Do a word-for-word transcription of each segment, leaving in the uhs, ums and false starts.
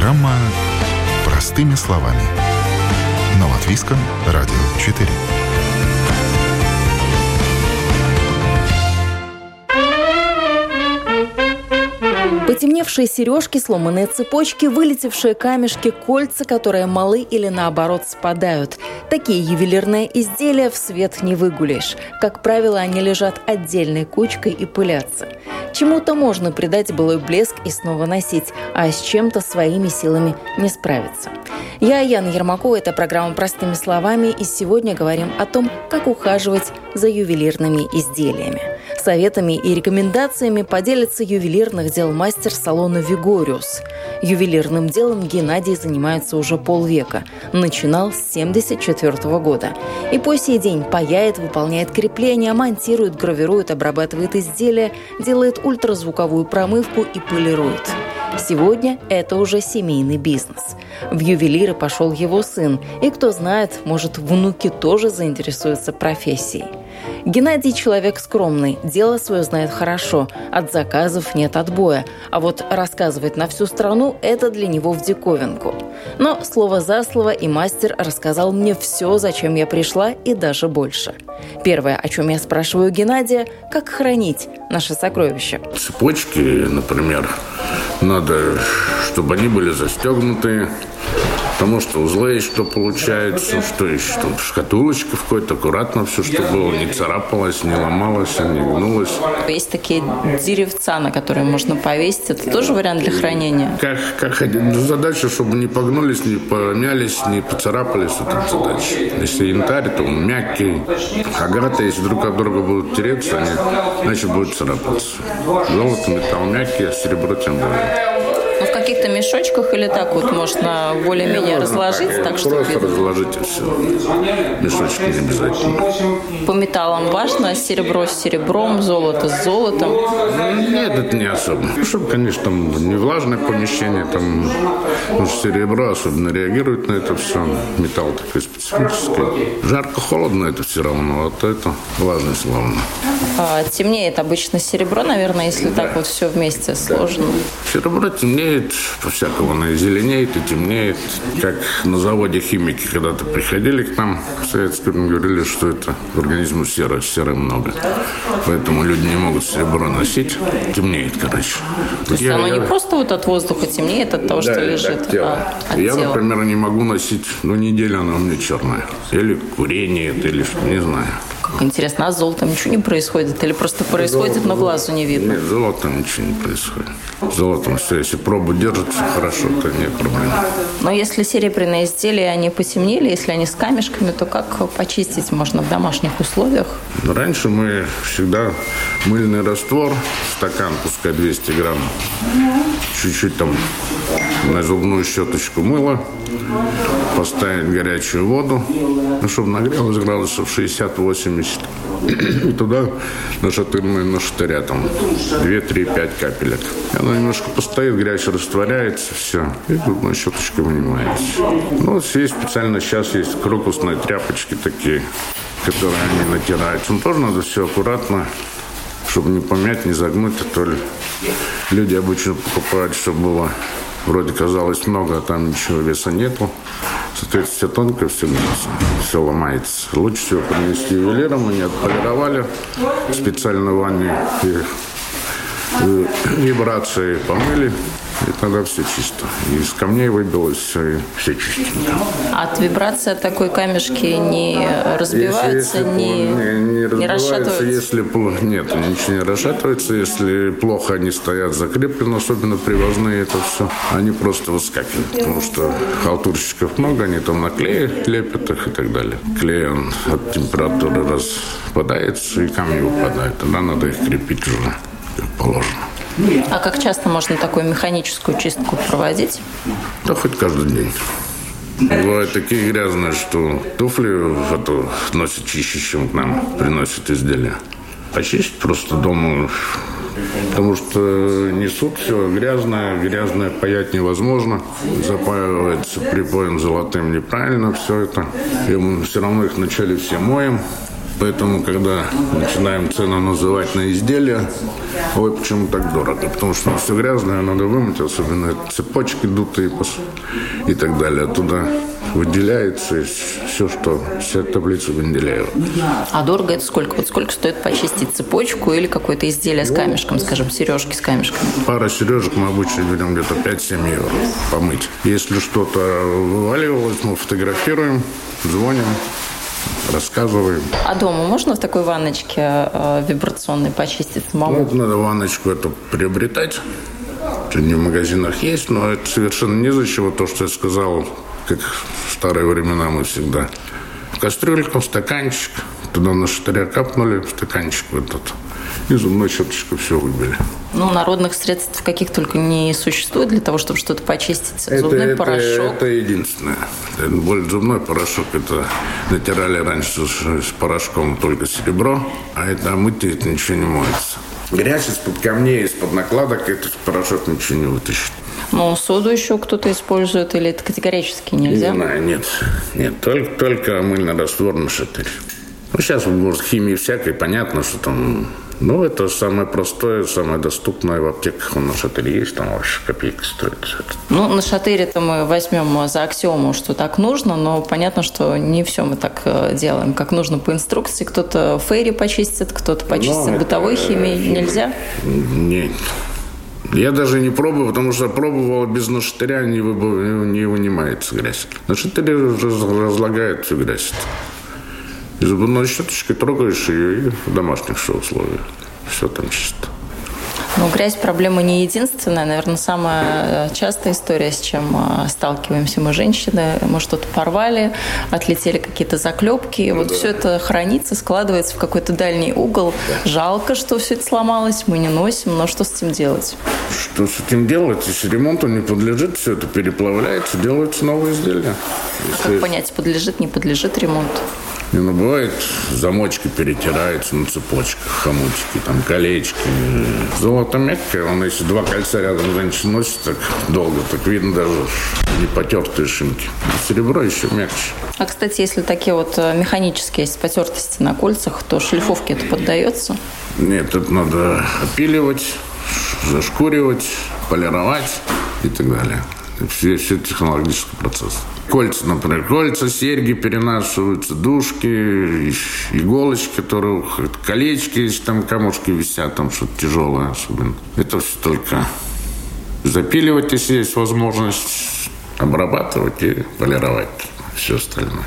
Программа «Простыми словами» на Латвийском радио четыре. Потемневшие сережки, сломанные цепочки, вылетевшие камешки, кольца, которые малы или наоборот спадают. Такие ювелирные изделия в свет не выгуляешь. Как правило, они лежат отдельной кучкой и пылятся. Чему-то можно придать былой блеск и снова носить, а с чем-то своими силами не справиться. Я, Яна Ермакова, это программа «Простыми словами», и сегодня говорим о том, как ухаживать за ювелирными изделиями. Советами и рекомендациями поделится ювелирных дел мастер салона «Вигориус». Ювелирным делом Геннадий занимается уже полвека. Начинал с семьдесят четвёртого года. И по сей день паяет, выполняет крепления, монтирует, гравирует, обрабатывает изделия, делает ультразвуковую промывку и полирует. Сегодня это уже семейный бизнес. В ювелиры пошел его сын. И кто знает, может, внуки тоже заинтересуются профессией. Геннадий человек скромный, дело свое знает хорошо, от заказов нет отбоя, а вот рассказывать на всю страну – это для него в диковинку. Но слово за слово, и мастер рассказал мне все, зачем я пришла, и даже больше. Первое, о чем я спрашиваю Геннадия – как хранить наши сокровища. Цепочки, например, надо, чтобы они были застегнутые. Потому что узлы есть, что получается, что еще там шкатулочка в какой-то, аккуратно все, чтобы было, не царапалось, не ломалось, не гнулось. Есть такие деревца, на которые можно повесить. Это тоже вариант для хранения? Как, как один. Задача, чтобы не погнулись, не помялись, не поцарапались. Вот эта задача. Если янтарь, то он мягкий. Агаты, если друг от друга будут тереться, они, значит, будут царапаться. Золото, металл мягкий, а серебро тем более. Ну, в каких-то мешочках или так вот можно более-менее разложить, так, так что просто видно? Разложите все. Мешочки не обязательно. По металлам важно серебро с серебром, золото с золотом? Нет, это не особо. Чтобы, конечно, там не влажное помещение, там, потому что серебро особенно реагирует на это все. Металл такой специфический. Жарко-холодно это все равно, вот это влажность главное. А, темнеет обычно серебро, наверное, если да. так вот все вместе сложено. Серебро темнеет, по-всякому оно и зеленеет, и темнеет. Как на заводе химики когда-то приходили к нам в советском, говорили, что это в организме серы, серы много. Поэтому люди не могут серебро носить. Темнеет, короче. То есть я, оно я... не просто вот от воздуха темнеет, от того, да, что лежит, а от Я, тела. Например, не могу носить, ну, неделю она у меня черная. Или курение, или что, не знаю. Как интересно, а с золотом ничего не происходит? Или просто происходит, золото, но глазу не видно? Нет, с золотом ничего не происходит. С золотом все, если пробу держит, все хорошо, то нет проблем. Но если серебряные изделия, они потемнели, если они с камешками, то как почистить можно в домашних условиях? Раньше мы всегда мыльный раствор, стакан, пускай двести грамм, чуть-чуть там на зубную щеточку мыла, поставить горячую воду, ну, чтобы нагрелось градусов шестьдесят-восемьдесят. И туда нашатырные нашатыря, там два, три, пять капелек. И оно немножко постоит, грязь растворяется, все. И зубной щеточкой вынимается. Ну, вот есть специально сейчас есть крокусные тряпочки такие, которые они натираются. Ну, тоже надо все аккуратно, чтобы не помять, не загнуть. А то ли люди обычно покупают, чтобы было вроде казалось много, а там ничего веса нету. Соответственно, все тонко, все гнется, все ломается. Лучше всего принести ювелиром, они отполировали специально в ванне и, и вибрации помыли. И тогда все чисто. И из камней выбилось все, и все чистенько. От вибрации такой камешки не разбиваются, если, если не, не, не, разбиваются, не расшатываются? Если, нет, ничего не расшатывается. Если плохо они стоят закреплены, особенно привозные, это все, они просто выскакивают. Потому что халтурщиков много, они там на клее лепят их и так далее. Клей, он от температуры распадается, и камни выпадают. Тогда надо их крепить уже, как положено. А как часто можно такую механическую чистку проводить? Да хоть каждый день. Бывают такие грязные, что туфли эту носят чище, чем к нам приносят изделия. Почистить просто дома, потому что несут все грязное, грязное паять невозможно. Запаивается припоем золотым неправильно все это. И мы все равно их вначале все моем. Поэтому, когда начинаем цену называть на изделия, ой, почему так дорого? Потому что все грязное, надо вымыть, особенно цепочки дутые и так далее. Оттуда выделяется все, что вся таблица Менделеева. А дорого это сколько? Вот сколько стоит почистить цепочку или какое-то изделие с камешком, скажем, сережки с камешками? Пара сережек мы обычно берем где-то пять-семь евро помыть. Если что-то вываливалось, мы фотографируем, звоним, рассказываем. А дома можно в такой ванночке э, вибрационной почистить самому? Ну, это надо ванночку эту приобретать. Это не в магазинах есть, но это совершенно незачем. То, что я сказал, как в старые времена мы всегда. Кастрюльку, стаканчик, туда на шатыря капнули, стаканчик в этот. И зубной щеточкой все выбили. Ну, народных средств каких только не существует для того, чтобы что-то почистить. Это, зубной это, порошок. Это единственное. Это, более зубной порошок. Это натирали раньше с, с порошком только серебро, а это мытый, это ничего не моется. Грязь из-под камней, из-под накладок, этот порошок ничего не вытащит. Ну, соду еще кто-то использует, или это категорически нельзя? Не знаю, нет. Нет, только, только мыльный раствор на шатырь. Ну, сейчас, может, химии всякой, понятно, что там... Ну, это самое простое, самое доступное в аптеках. Он на шатыре есть, там вообще копейки стоит. Ну, на шатыре-то мы возьмем за аксиому, что так нужно, но понятно, что не все мы так делаем, как нужно по инструкции. Кто-то фейри почистит, кто-то почистит но бытовой это... химией. Нельзя? Нет. Я даже не пробую, потому что пробовал без нашатыря, не, вы... не вынимается грязь. На шатыре разлагает всю грязь. И зубной щеточкой трогаешь ее и в домашних условиях. Все там чисто. Ну, грязь проблема не единственная. Наверное, самая частая история, с чем сталкиваемся мы, женщины. Мы что-то порвали, отлетели какие-то заклепки. И ну, вот да. все это хранится, складывается в какой-то дальний угол. Да. Жалко, что все это сломалось, мы не носим. Но что с этим делать? Что с этим делать? Если ремонту не подлежит, все это переплавляется, делаются новые изделия. А Если... как понять, подлежит, не подлежит ремонту? Не, ну, бывает, замочки перетираются на цепочках, хомутики, там, колечки. Золото мягкое, он, если два кольца рядом женщина носит так долго, так видно даже не потертые шинки. А серебро еще мягче. А, кстати, если такие вот механические есть потертости на кольцах, то шлифовке это поддается? Нет, это надо опиливать, зашкуривать, полировать и так далее. Все, все технологический процесс. Кольца, например, кольца, серьги перенашиваются, дужки, иголочки, которые колечки, если там камушки висят, там что-то тяжелое особенно. Это все только запиливать, если есть возможность, обрабатывать и полировать все остальное.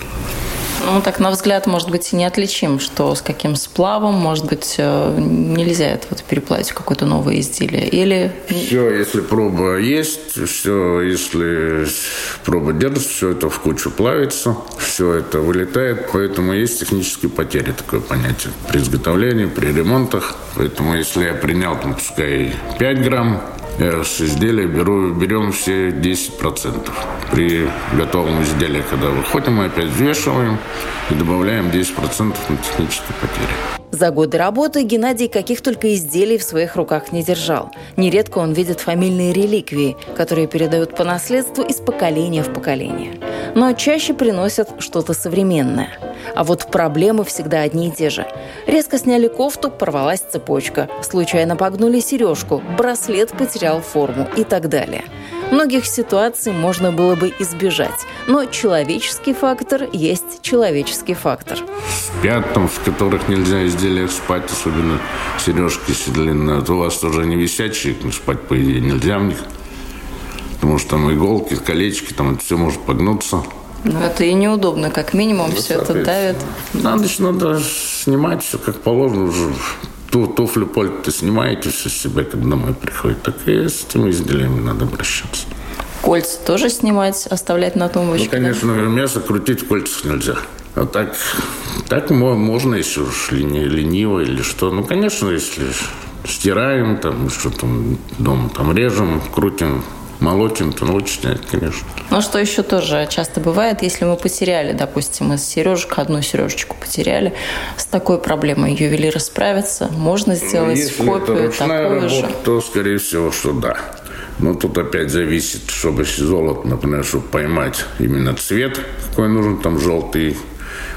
Ну, так, на взгляд, может быть, и неотличим, что с каким сплавом, может быть, нельзя это вот переплавить в какое-то новое изделие, или... Все, если проба есть, все, если проба держится, все это в кучу плавится, все это вылетает, поэтому есть технические потери, такое понятие, при изготовлении, при ремонтах, поэтому если я принял, там, пускай пять грамм, я с изделия беру, берем все десять процентов. При готовом изделии, когда выходим, мы опять взвешиваем и добавляем десять процентов на технические потери. За годы работы Геннадий каких только изделий в своих руках не держал. Нередко он видит фамильные реликвии, которые передают по наследству из поколения в поколение. Но чаще приносят что-то современное. А вот проблемы всегда одни и те же. Резко сняли кофту, порвалась цепочка. Случайно погнули сережку, браслет потерял форму и так далее. Многих ситуаций можно было бы избежать, но человеческий фактор есть человеческий фактор. Спят там, в которых нельзя изделия спать, особенно сережки длинные. У вас тоже не висячие, спать, по идее, нельзя в них. Потому что там иголки, колечки, там это все может погнуться. Ну, это и неудобно, как минимум, ну, все это давит. Надо, надо снимать все как положено уже. Ту, туфлю, пальто снимаете все с себя, когда домой приходит. Так и с этими изделиями надо обращаться. Кольца тоже снимать, оставлять на тумбочке? Ну, конечно, да? Мясо крутить в кольцах нельзя. А так, так можно, если уж лениво или что. Ну, конечно, если стираем, там, что-то дома там режем, крутим, молотим, то лучше снять, конечно. Ну, что еще тоже часто бывает, если мы потеряли, допустим, из сережек, одну сережечку потеряли, с такой проблемой ювелиры справятся, можно сделать если копию это ручная такую работа, же? То, скорее всего, что да. Но тут опять зависит, чтобы золото, например, чтобы поймать именно цвет, какой нужен, там желтый,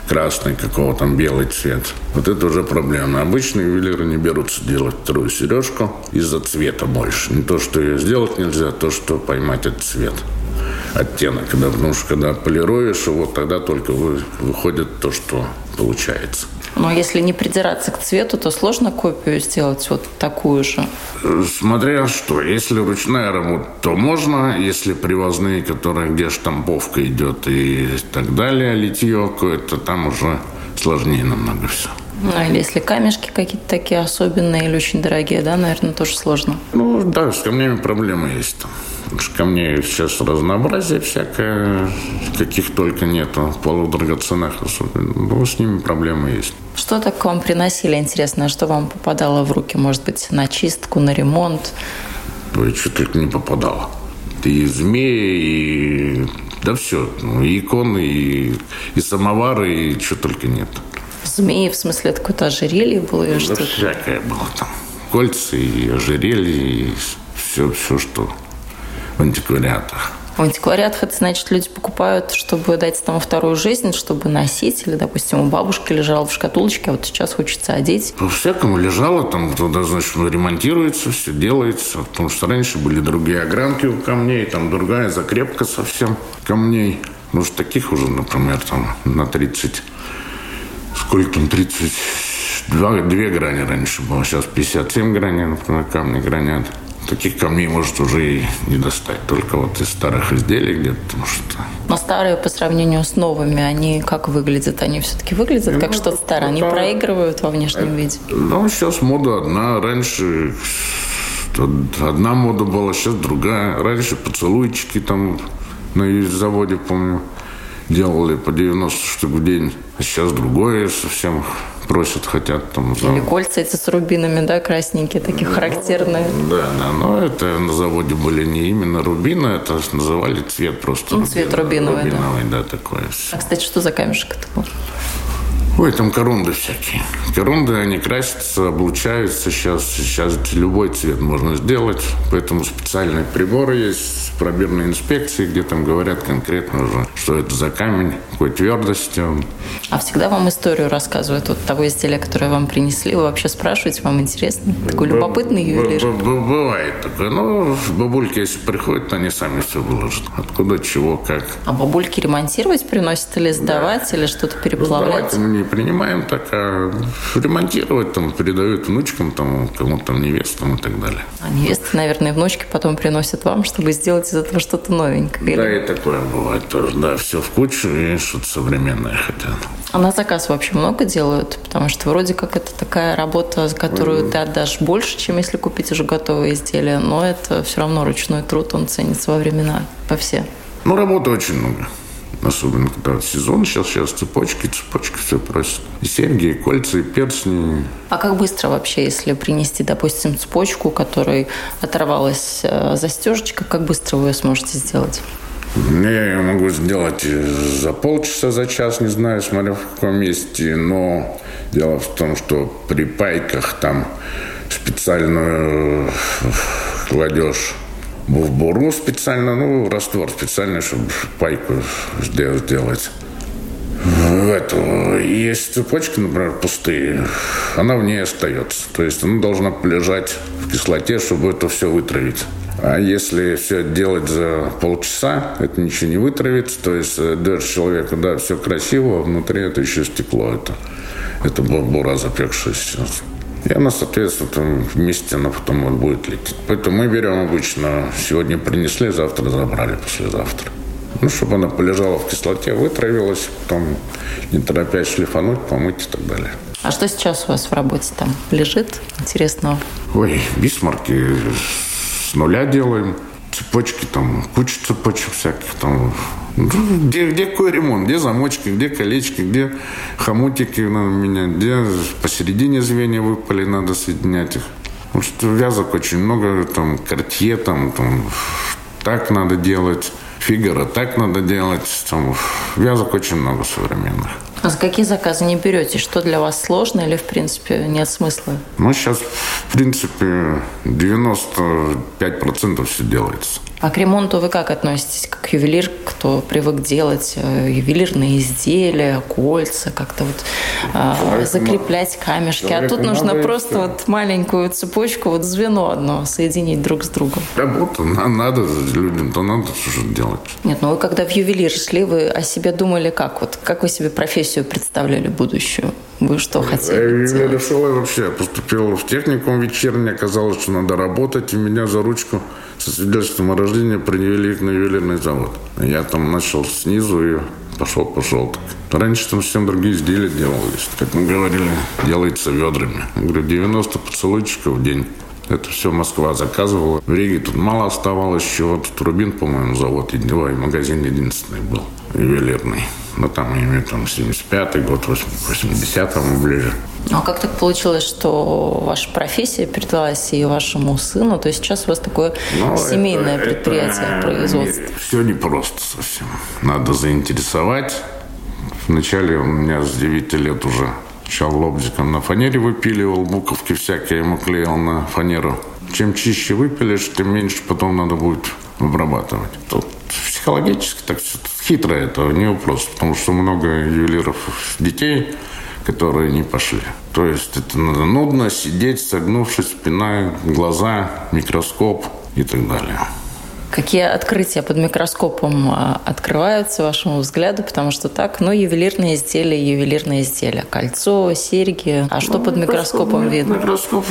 красный, какого там белый цвет. Вот это уже проблема. Обычные ювелиры не берутся делать вторую сережку из-за цвета больше. Не то, что ее сделать нельзя, а то, что поймать этот цвет. Оттенок. Когда, потому что когда полируешь, вот тогда только вы, выходит то, что получается. Но если не придираться к цвету, то сложно копию сделать вот такую же? Смотря что. Если ручная работа, то можно. Если привозные, которые, где штамповка идет и так далее, литье какое-то, там уже сложнее намного все. Ну, или если камешки какие-то такие особенные или очень дорогие, да, наверное, тоже сложно. Ну, да, с камнями проблемы есть там. Потому что камней сейчас разнообразие всякое, каких только нету, полудрагоценных особенно. Ну, с ними проблемы есть. Что так к вам приносили, интересно, что вам попадало в руки? Может быть, на чистку, на ремонт? Ой, что только не попадало. И змеи, и... Да все. Ну, и иконы, и, и самовары, и что только нет. Змеи, в смысле, это какое-то ожерелье было? Или да что-то? Всякое было там. Кольца, и ожерелья, и все, все, что в антиквариатах. В антиквариатах это значит, люди покупают, чтобы дать этому вторую жизнь, чтобы носить. Или, допустим, у бабушки лежало в шкатулочке, а вот сейчас хочется одеть. По-всякому лежало, там туда, значит, ремонтируется, все делается. Потому что раньше были другие огранки у камней, там другая закрепка совсем камней. Ну, что таких уже, например, там на тридцать... Сколько там? тридцать два, две грани раньше было. Сейчас пятьдесят семь граней, например, камни гранят. Таких камней может уже и не достать. Только вот из старых изделий где-то. Потому что... Но старые по сравнению с новыми, они как выглядят? Они все-таки выглядят как ну, что-то старое? Они да, проигрывают во внешнем это, виде? Ну, сейчас мода одна. Раньше одна мода была, сейчас другая. Раньше поцелуйчики там на заводе, помню, делали по девяносто штук в день. А сейчас другое совсем просят, хотят там. Или кольца эти с рубинами, да, красненькие, такие ну, характерные. Да, да, но это на заводе были не именно рубины, это называли цвет просто. Ну, цвет рубиновый, рубиновый да. да, такое. А, кстати, что за камешек это был? Ой, там корунды всякие. Корунды, они красятся, облучаются сейчас. Сейчас любой цвет можно сделать. Поэтому специальные приборы есть, пробирные инспекции, где там говорят конкретно уже, что это за камень, какой твердости он. А всегда вам историю рассказывают вот того изделия, которое вам принесли? Вы вообще спрашиваете, вам интересно? Такой Б- любопытный ювелир? Б- б- бывает такое. Ну, бабульки, если приходят, они сами все выложат. Откуда, чего, как. А бабульки ремонтировать приносят или сдавать, да. или что-то переплавлять? Сдавать мы не принимаем, так а ремонтировать там передают внучкам, там, кому-то там невестам и так далее. А невесты, наверное, и внучки потом приносят вам, чтобы сделать из этого что-то новенькое. Да, или... и такое бывает тоже. Да, все в кучу и что-то современное хотят. А на заказ вообще много делают? Потому что вроде как это такая работа, за которую mm. ты отдашь больше, чем если купить уже готовое изделие. Но это все равно ручной труд, он ценится во времена, по все. Ну, работы очень много. Особенно, когда сезон сейчас, сейчас цепочки, цепочки все просят. И серьги, и кольца, и перстни. А как быстро вообще, если принести, допустим, цепочку, у которой оторвалась застежечка, как быстро вы ее сможете сделать? Я ее могу сделать за полчаса, за час, не знаю, смотря в каком месте. Но дело в том, что при пайках там специальную кладешь в буру специально, ну, раствор специальный, чтобы пайку сделать. В эту. Есть цепочки, например, пустые, она в ней остается. То есть она должна полежать в кислоте, чтобы это все вытравить. А если все делать за полчаса, это ничего не вытравится. То есть даешь человеку, да, все красиво, а внутри это еще стекло. Это, это бура запекшаяся. И она, соответственно, там вместе она потом вот будет лететь. Поэтому мы берем обычно, сегодня принесли, завтра забрали, послезавтра. Ну, чтобы она полежала в кислоте, вытравилась, потом не торопясь шлифануть, помыть и так далее. А что сейчас у вас в работе там лежит интересного? Ой, бисмарки с нуля делаем. Цепочки там, куча цепочек всяких там. Где, где какой ремонт, где замочки, где колечки, где хомутики надо менять, где посередине звенья выпали, надо соединять их. Потому что вязок очень много, там, Картье, там, там, так надо делать, Фигаро так надо делать, там, вязок очень много современных. А за какие заказы не берете? Что для вас сложно или, в принципе, нет смысла? Ну, сейчас, в принципе, девяносто пять процентов все делается. А к ремонту вы как относитесь? Как ювелир, кто привык делать ювелирные изделия, кольца, как-то вот э, закреплять камешки. А тут нужно просто вот маленькую цепочку, вот звено одно соединить друг с другом. Работа надо, людям-то надо что-то делать. Нет, ну вы когда в ювелир шли, вы о себе думали как? Вот как вы себе профессию представляли будущую? Вы что хотели делать? Я решил вообще, поступил в техникум вечерний, оказалось, что надо работать, и меня за ручку со свидетельством о рождении приняли на ювелирный завод. Я там начал снизу и пошел, пошел. Так. Раньше там совсем другие изделия делались. Как мы говорили, делается ведрами. Я говорю, девяносто поцелуйчиков в день. Это все Москва заказывала. В Риге тут мало оставалось чего-то. Турбин, по-моему, завод, и магазин единственный был, ювелирный. Ну, там, я имею там семьдесят пятый год, восьмидесятому ближе. А как так получилось, что ваша профессия передалась и вашему сыну? То есть сейчас у вас такое ну, семейное это, предприятие это, производства? Все непросто совсем. Надо заинтересовать. Вначале у меня с девяти лет уже сначала лобзиком на фанере выпиливал, буковки всякие ему клеил на фанеру. Чем чище выпилишь, тем меньше потом надо будет обрабатывать. Тут психологически так все хитро, это не вопрос, потому что много ювелиров детей, которые не пошли. То есть это надо нудно сидеть, согнувшись, спина, глаза, микроскоп и так далее. Какие открытия под микроскопом открываются вашему взгляду? Потому что так, ну, ювелирные изделия, ювелирные изделия. Кольцо, серьги. А что ну, под микроскопом видно? Микроскоп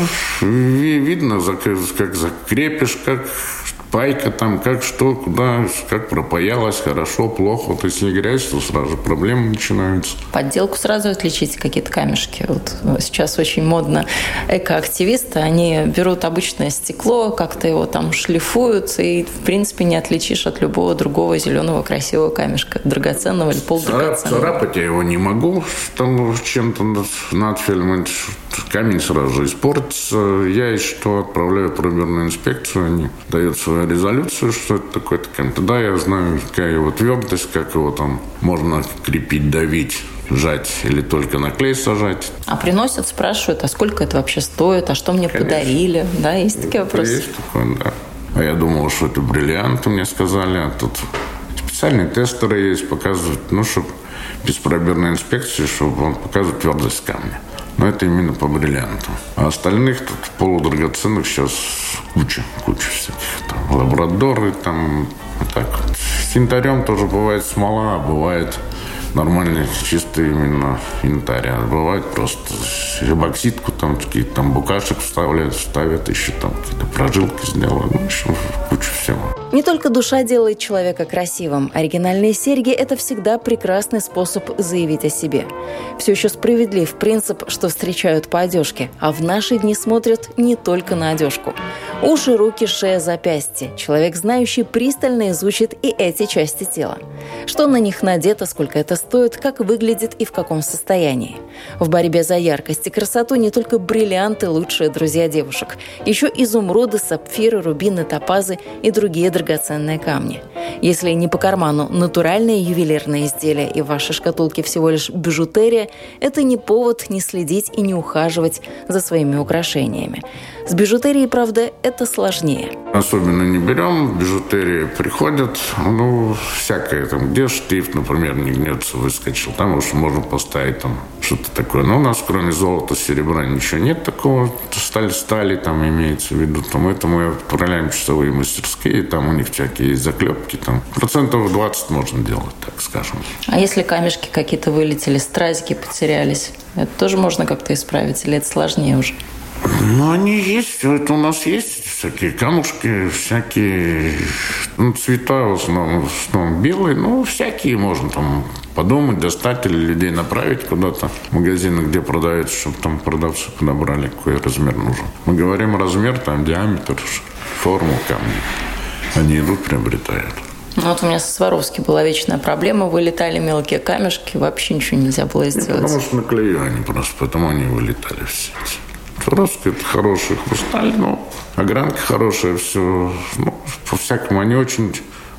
видно, как закрепишь, как пайка там, как что, куда, как пропаялась, хорошо, плохо. Вот если грязь, то сразу проблемы начинаются. Подделку сразу отличить, какие-то камешки. Вот сейчас очень модно экоактивисты, они берут обычное стекло, как-то его там шлифуют, и, в принципе, не отличишь от любого другого зеленого красивого камешка, драгоценного или полудрагоценного. Царапать я его не могу, там чем-то надфилем, камень сразу же испортится. Я еще что отправляю в пробирную инспекцию, они дают свою резолюцию, что это такое-то камень. Тогда я знаю, какая его твердость, как его там можно крепить, давить, жать или только на клей сажать. А приносят, спрашивают, а сколько это вообще стоит, а что мне Конечно. подарили? Да, есть такие вопросы? Есть такое, да. А я думал, что это бриллианты, мне сказали, а тут специальные тестеры есть, показывают, ну, чтобы без пробирной инспекции, чтобы он показывает твердость камня. Но это именно по бриллианту. А остальных тут полудрагоценных сейчас куча, куча всяких. Там лабрадоры, там, вот так вот. С янтарем тоже бывает смола, а бывает нормальный, чистый именно янтарь. А бывает просто эбоксидку, там какие-то там букашек вставляют, ставят, еще там какие-то прожилки сделают. Ну, в общем, куча всего. Не только душа делает человека красивым. Оригинальные серьги – это всегда прекрасный способ заявить о себе. Все еще справедлив принцип, что встречают по одежке, а в наши дни смотрят не только на одежку. Уши, руки, шея, запястья. Человек, знающий, пристально изучит и эти части тела. Что на них надето, сколько это стоит, как выглядит и в каком состоянии. В борьбе за яркость и красоту не только бриллианты – лучшие друзья девушек. Еще изумруды, сапфиры, рубины, топазы и другие драгоценные камни. Если не по карману натуральные ювелирные изделия и в вашей шкатулке всего лишь бижутерия, это не повод не следить и не ухаживать за своими украшениями. С бижутерией, правда, это сложнее. Особенно не берем, бижутерии приходят, ну, всякое там, где штифт, например, не гнется, выскочил, там уж можно поставить там что-то такое. Но у нас, кроме золота, серебра, ничего нет такого, сталь стали там имеется в виду, там, это мы отправляем в часовые мастерские, там у них всякие есть заклепки, там процентов двадцать можно делать, так скажем. А если камешки какие-то вылетели, стразики потерялись, это тоже можно как-то исправить, или это сложнее уже? Ну, они есть. Это у нас есть всякие камушки, всякие ну, цвета в основном, в основном белые. Ну, всякие можно там подумать, достать или людей направить куда-то в магазины, где продаются, чтобы там продавцы подобрали, какой размер нужен. Мы говорим размер, там диаметр, форму камня. Они идут, приобретают. Ну, вот у меня со Сваровски была вечная проблема. Вылетали мелкие камешки, вообще ничего нельзя было сделать. Потому что наклею они просто, потому они вылетали все эти. Сваровски – это хороший хрусталь, но огранка хорошая, все, ну, по-всякому они очень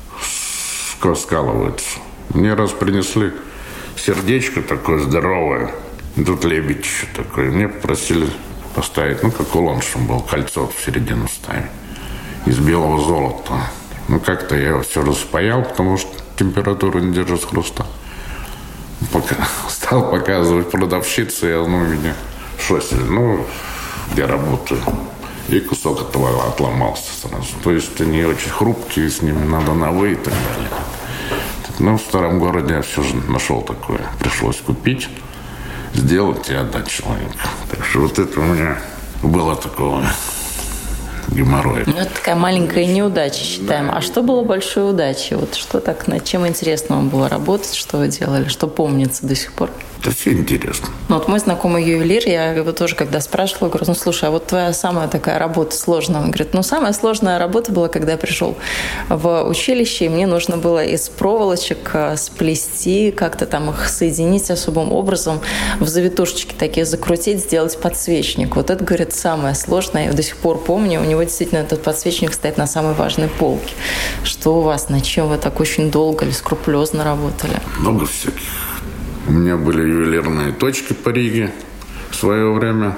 скалываются. Мне раз принесли сердечко такое здоровое, и тут лебедь еще такой. Мне попросили поставить, ну, как кулон, чтобы было кольцо в середину ставить, из белого золота. Ну, как-то я его все распаял, потому что температура не держит хруста. Пока стал показывать продавщице, я, ну, меня шосель, ну, где работаю. И кусок этого отломался сразу. То есть они очень хрупкие, с ними надо на «вы» и так далее. Ну, в старом городе я все же нашел такое. Пришлось купить, сделать и отдать человеку. Так что вот это у меня было такого геморроя. Ну, это такая маленькая неудача, считаем. Да. А что было большой удачей? Вот что так, над чем интересно вам было работать, что вы делали, что помнится до сих пор? Это все интересно. Ну, вот мой знакомый ювелир, я его тоже когда спрашивала, говорю, ну, слушай, а вот твоя самая такая работа сложная? Он говорит, ну, самая сложная работа была, когда я пришел в училище, и мне нужно было из проволочек сплести, как-то там их соединить особым образом, в завитушечки такие закрутить, сделать подсвечник. Вот это, говорит, самое сложное. Я до сих пор помню, у него действительно этот подсвечник стоит на самой важной полке. Что у вас, над чем вы так очень долго или скрупулезно работали? Много всяких. У меня были ювелирные точки по Риге в свое время.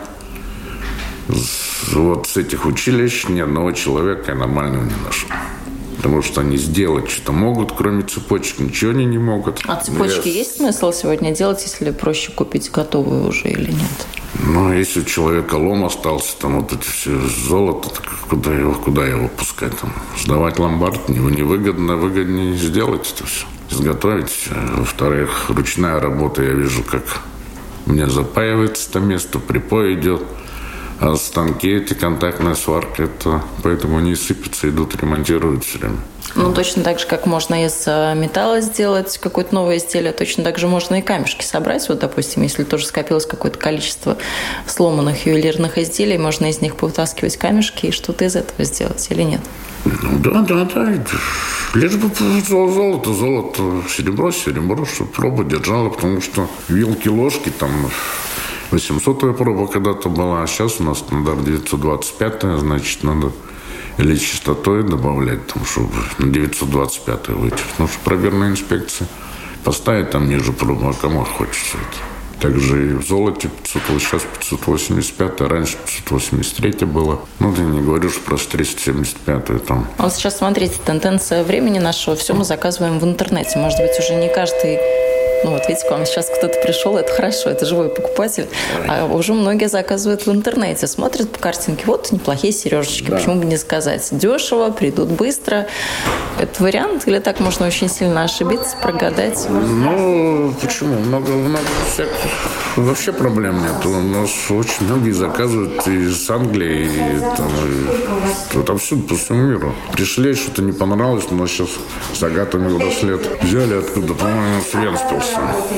Вот с этих училищ ни одного человека я нормального не нашел. Потому что они сделать что-то могут, кроме цепочек, ничего они не могут. А цепочки я... есть смысл сегодня делать, если проще купить готовые уже или нет? Ну, если у человека лом остался, там вот это все золото, так куда его, куда его пускать? Там, сдавать ломбард его невыгодно, выгоднее сделать это все. Изготовить. Во-вторых, ручная работа, я вижу, как у меня запаивается это место, припой идет. А станки эти, контактная сварка, это поэтому они сыпятся, идут, ремонтируют все время. Ну, точно так же, как можно из металла сделать какое-то новое изделие, точно так же можно и камешки собрать. Вот, допустим, если тоже скопилось какое-то количество сломанных ювелирных изделий, можно из них повытаскивать камешки и что-то из этого сделать или нет? Ну, да, да, да. Лишь бы золото, золото, серебро, серебро, чтобы проба держала, потому что вилки, ложки, там восьмисотая проба когда-то была, а сейчас у нас стандарт девятьсот двадцать пятая, значит, надо или частотой добавлять, там, чтобы на девятьсот двадцать пятую выйти. Потому что пробирная инспекция поставить там ниже пробу, а кому хочется это. Также и в золоте пятьсот, сейчас пятьсот восемьдесят пятая, раньше пятьсот восемьдесят третья было. Ну, ты не говоришь про триста семьдесят пятую там. А вот сейчас, смотрите, тенденция времени нашего, все мы заказываем в интернете. Может быть, уже не каждый... Ну вот видите, к вам сейчас кто-то пришел, это хорошо, это живой покупатель. А уже многие заказывают в интернете, смотрят по картинке, вот неплохие сережечки, да. Почему бы не заказать? Дешево, придут быстро. Это вариант или так можно очень сильно ошибиться, прогадать? Ну, почему? Много, много всяких. Вообще проблем нет. У нас очень многие заказывают из Англии, и там, и, вот отсюда, по всему миру. Пришли, что-то не понравилось, у нас сейчас с агатами браслет взяли оттуда, по-моему, с Венспилса.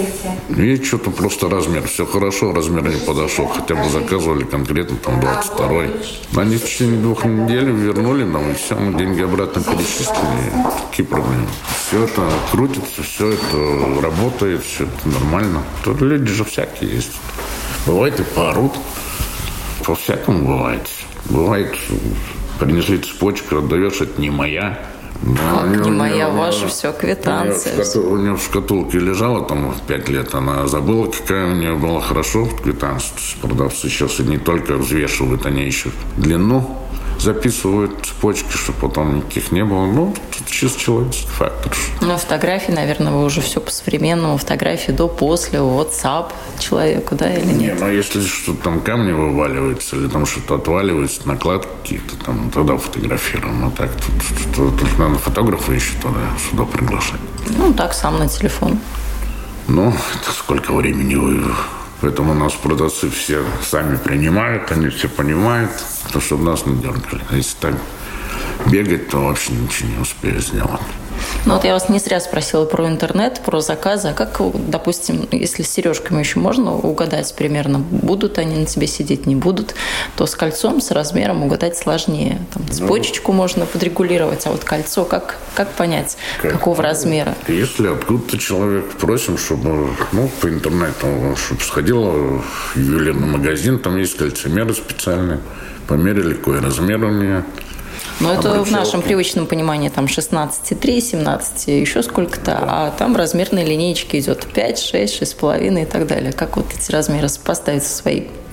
И что-то просто размер. Все хорошо, размер не подошел. Хотя бы заказывали конкретно там двадцать второй. Они в течение двух недель вернули нам, и все, мы деньги обратно перечислили. Какие проблемы? Все это крутится, все это работает, все это нормально. Тут люди же всякие есть. Бывает и поорут. По-всякому бывает. Бывает, принесли цепочку, отдаешь, это не моя. Да, не меня, моя, ваша, все, квитанция. У нее в шкатулке лежала там пять лет, она забыла, какая у нее была хорошо квитанция. Продавцы сейчас и не только взвешивают, они еще длину записывают цепочки, чтобы потом никаких не было. Ну, тут чисто человеческий фактор. Ну, фотографии, наверное, вы уже все по-современному. Фотографии до, после, WhatsApp человеку, да, или нет? Не, ну, если что-то там камни вываливаются, или там что-то отваливается, накладки какие-то, там, тогда фотографируем. А так, тут, тут, тут надо фотографа еще тогда сюда приглашать. Ну, так, сам на телефон. Ну, это сколько времени вы... Поэтому у нас продавцы все сами принимают, они все понимают, то, чтобы нас не дергали. А если так бегать, то вообще ничего не успею сделать. Ну вот я вас не зря спросила про интернет, про заказы. А как, допустим, если с сережками еще можно угадать примерно, будут они на тебе сидеть, не будут, то с кольцом, с размером угадать сложнее. Там, цепочечку ну, можно подрегулировать, а вот кольцо, как, как понять, как? Какого размера? Если откуда-то человек просим, чтобы, ну, по интернету, чтобы сходил в ювелирный магазин, там есть кольцемеры специальные, померили, какой размер у меня. Но это обручалки. В нашем привычном понимании там шестнадцать три, семнадцать, еще сколько-то, да. А там размерные линеечки идет пять, шесть, шесть с половиной и так далее. Как вот эти размеры поставить в своей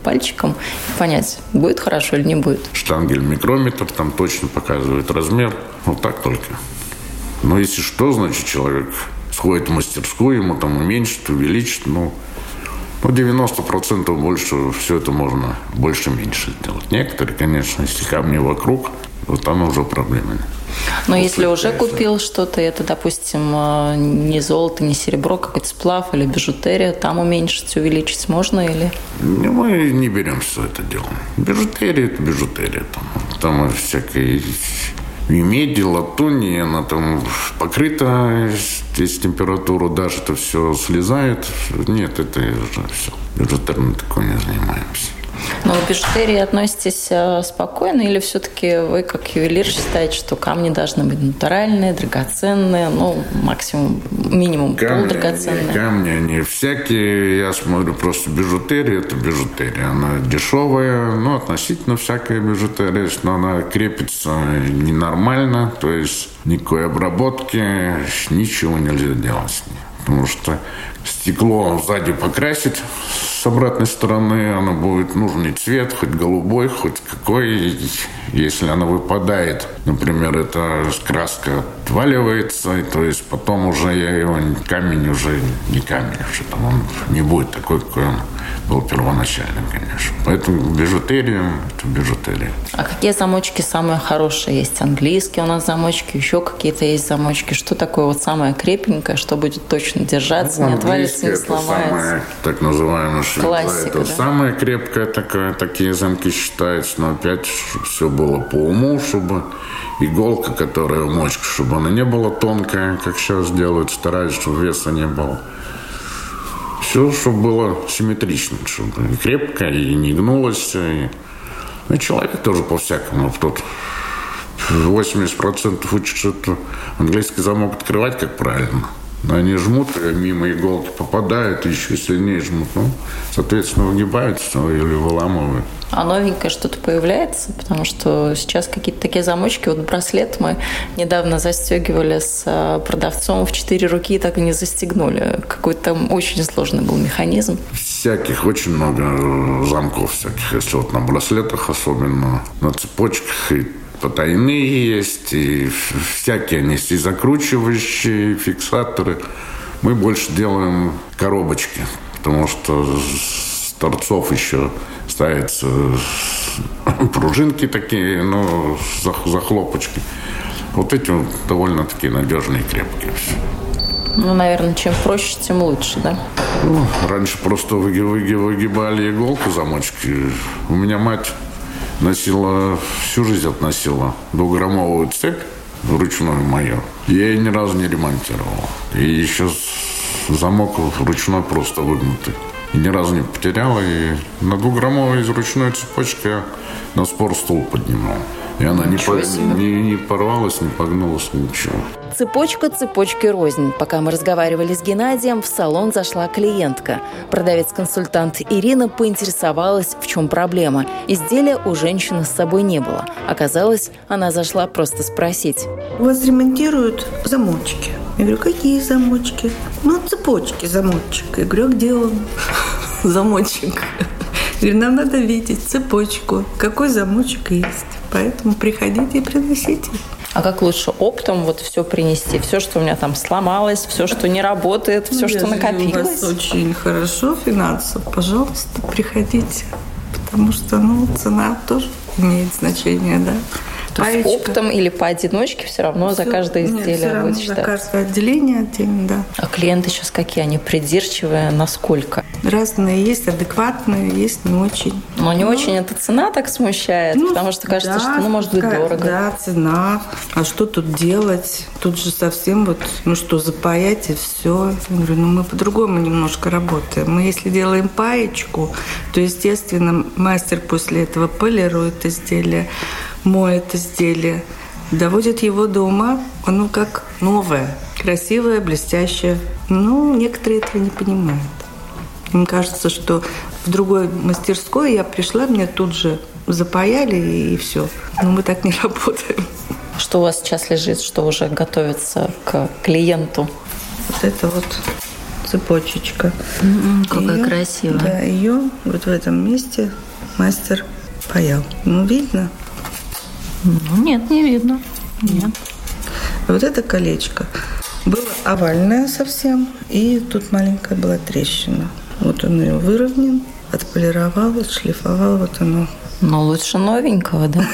пальчиком и понять, будет хорошо или не будет? Штангель-микрометр там точно показывает размер. Вот так только. Но если что, значит, человек сходит в мастерскую, ему там уменьшит, увеличит. Ну, ну девяносто процентов больше все это можно больше-меньше сделать. Некоторые, конечно, если камни вокруг, вот там уже проблемы. Но вот если уже купил что-то, это, допустим, не золото, не серебро, какой-то сплав или бижутерия, там уменьшить, увеличить можно или? Мы не беремся за это дело. Бижутерия – это бижутерия. Там, там всякие меди, латунь, она там покрыта, здесь температуру даже это все слезает. Нет, это уже все. Бижутерией мы такое не занимаемся. Но к бижутерии относитесь спокойно или все-таки вы, как ювелир, считаете, что камни должны быть натуральные, драгоценные, ну, максимум, минимум полудрагоценные? Камни, они всякие. Я смотрю, просто бижутерия – это бижутерия. Она дешевая, ну, относительно всякая бижутерия, но она крепится ненормально, то есть никакой обработки, ничего нельзя делать с ней. Потому что стекло сзади покрасить с обратной стороны, оно будет нужный цвет, хоть голубой, хоть какой. Если она выпадает, например, эта краска отваливается, то есть потом уже я его, камень уже не камень, уже там он не будет такой, какой он был первоначально, конечно. Поэтому бижутерия – это бижутерия. А какие замочки самые хорошие есть? Английские у нас замочки, еще какие-то есть замочки. Что такое вот самое крепенькое, что будет точно держаться, ну, не отвалится, не сломается? Самое, так называемое классика, это да? Самая крепкая такая, такие замки считаются, но опять все было по уму, чтобы иголка, которая в мочке, чтобы она не была тонкая, как сейчас делают, стараются, чтобы веса не было. Все, чтобы было симметрично, чтобы и крепко, и не гнулось. И... Ну, и человек тоже по-всякому. Тут восемьдесят процентов учат, что английский замок открывать как правильно. Но они жмут, и мимо иголки попадают, и еще сильнее жмут. Ну, соответственно, выгибаются или выламывают. А новенькое что-то появляется? Потому что сейчас какие-то такие замочки. Вот браслет мы недавно застегивали с продавцом в четыре руки и так и не застегнули. Какой-то там очень сложный был механизм. Всяких, очень много замков всяких. Если вот на браслетах особенно, на цепочках и потайные есть, и всякие они есть, и закручивающие, и фиксаторы. Мы больше делаем коробочки, потому что с торцов еще ставятся пружинки такие, ну, захлопочки. Вот эти вот довольно-таки надежные и крепкие. Ну, наверное, чем проще, тем лучше, да? Ну, раньше просто выги- выги- выгибали иголку замочки. У меня мать носила, всю жизнь относила двухграммовую цепь, ручную мою. Я ее ни разу не ремонтировал. И еще замок ручной просто выгнутый. И ни разу не потеряла. И на двухграммовой из ручной цепочки я на спортстул поднимал. И она не, по, не, не порвалась, не погнулась, ничего. Цепочка цепочки рознь. Пока мы разговаривали с Геннадием, в салон зашла клиентка. Продавец-консультант Ирина поинтересовалась, в чем проблема. Изделия у женщины с собой не было. Оказалось, она зашла просто спросить. У вас ремонтируют замочки. Я говорю, какие замочки? Ну, цепочки, замочек. Я говорю, а где он? Замочек. Я говорю, нам надо видеть цепочку. Какой замочек есть. Поэтому приходите и приносите. А как лучше оптом вот все принести? Все, что у меня там сломалось, все, что не работает, все, ну, что накопилось? У вас очень хорошо финансово. Пожалуйста, приходите. Потому что, ну, цена тоже имеет значение, да. То есть оптом или поодиночке все равно все, за каждое изделие нет, будет считаться? За каждое отделение отдельно, да. А клиенты сейчас какие? Они придирчивые? Насколько? Разные есть, адекватные, есть не очень. Но не ну, очень эта цена так смущает, ну, потому что кажется, да, что ну, может быть дорого. Да, цена. А что тут делать? Тут же совсем вот, ну что, запаять и все. Я говорю, ну мы по-другому немножко работаем. Мы если делаем паечку, то, естественно, мастер после этого полирует изделие, моет изделие, доводит его до ума, оно как новое, красивое, блестящее. Ну, некоторые этого не понимают. Им кажется, что в другой мастерской я пришла, мне тут же запаяли и все. Но мы так не работаем. Что у вас сейчас лежит, что уже готовится к клиенту? Вот это вот цепочечка. Mm-hmm, какая её, красивая. Да, ее вот в этом месте мастер паял. Ну, видно? Ну, нет, не видно. Нет. Вот это колечко было овальное совсем, и тут маленькая была трещина. Вот он ее выровнял, отполировал, отшлифовал, вот оно. Но лучше новенького, да?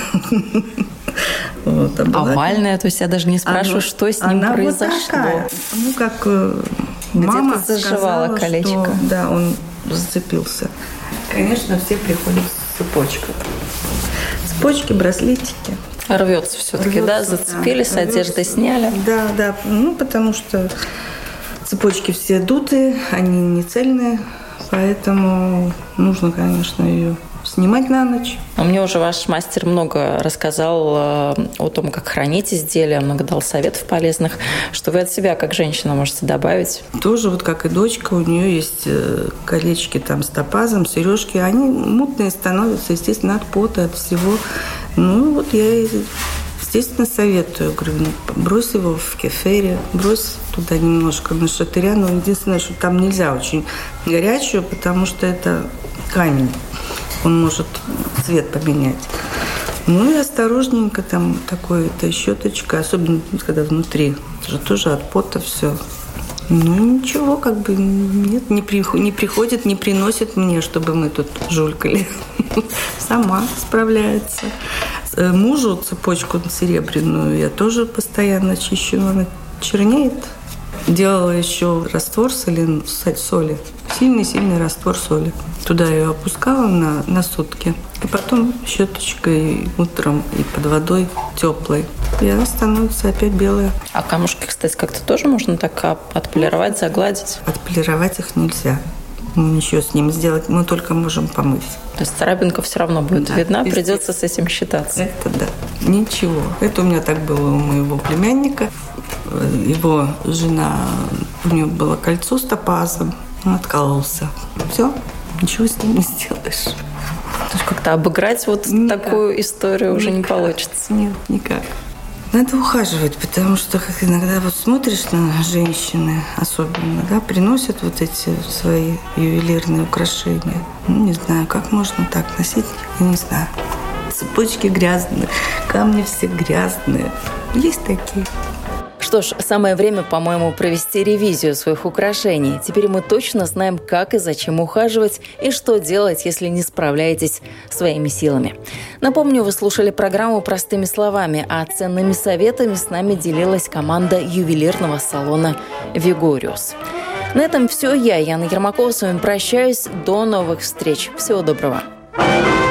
Вот, а овальная, то есть я даже не спрашиваю, она, что с ним она произошло. Вот такая. Ну, как мама заживала сказала, колечко. Что, да, он зацепился. Конечно, все приходят с цепочкой. Цепочки, браслетики. Рвется все-таки, Рвется, да? Зацепились, да, одежды сняли. Да, да. Ну, потому что цепочки все дутые, они не цельные, поэтому нужно, конечно, ее снимать на ночь. А мне уже ваш мастер много рассказал о том, как хранить изделия, много дал советов полезных. Что вы от себя, как женщина, можете добавить? Тоже вот как и дочка, у нее есть колечки там с топазом, сережки. Они мутные становятся, естественно, от пота, от всего. Ну, вот я, естественно, советую. Говорю, ну, брось его в кефире, брось туда немножко на шатыря. Но единственное, что там нельзя очень горячую, потому что это камень. Он может цвет поменять. Ну и осторожненько там такой-то щеточкой, особенно когда внутри. Это же тоже от пота все. Ну ничего, как бы нет, не, при, не приходит, не приносит мне, чтобы мы тут жулькали. Сама справляется. Мужу цепочку серебряную я тоже постоянно чищу, но она чернеет. Делала еще раствор соли, соли. Сильный-сильный раствор соли. Туда ее опускала на, на сутки. И потом щеточкой утром и под водой теплой. И она становится опять белая. А камушки, кстати, как-то тоже можно так отполировать, загладить? Отполировать их нельзя. Ничего с ним сделать. Мы только можем помыть. То есть царапинка все равно будет да, видна, придется с этим считаться. Это да. Ничего. Это у меня так было у моего племянника. Его жена, у нее было кольцо с топазом. Он откололся. Все, ничего с ним не сделаешь. То есть как-то обыграть вот никак. Такую историю уже никак. Не получится? Нет, никак. Надо ухаживать, потому что как иногда вот смотришь на женщины, особенно, да, приносят вот эти свои ювелирные украшения. Ну, не знаю, как можно так носить, я не знаю. Цепочки грязные, камни все грязные. Есть такие. Что ж, самое время, по-моему, провести ревизию своих украшений. Теперь мы точно знаем, как и зачем ухаживать, и что делать, если не справляетесь своими силами. Напомню, вы слушали программу «Простыми словами», а ценными советами с нами делилась команда ювелирного салона «Вигориус». На этом все. Я, Яна Ермакова, с вами прощаюсь. До новых встреч. Всего доброго.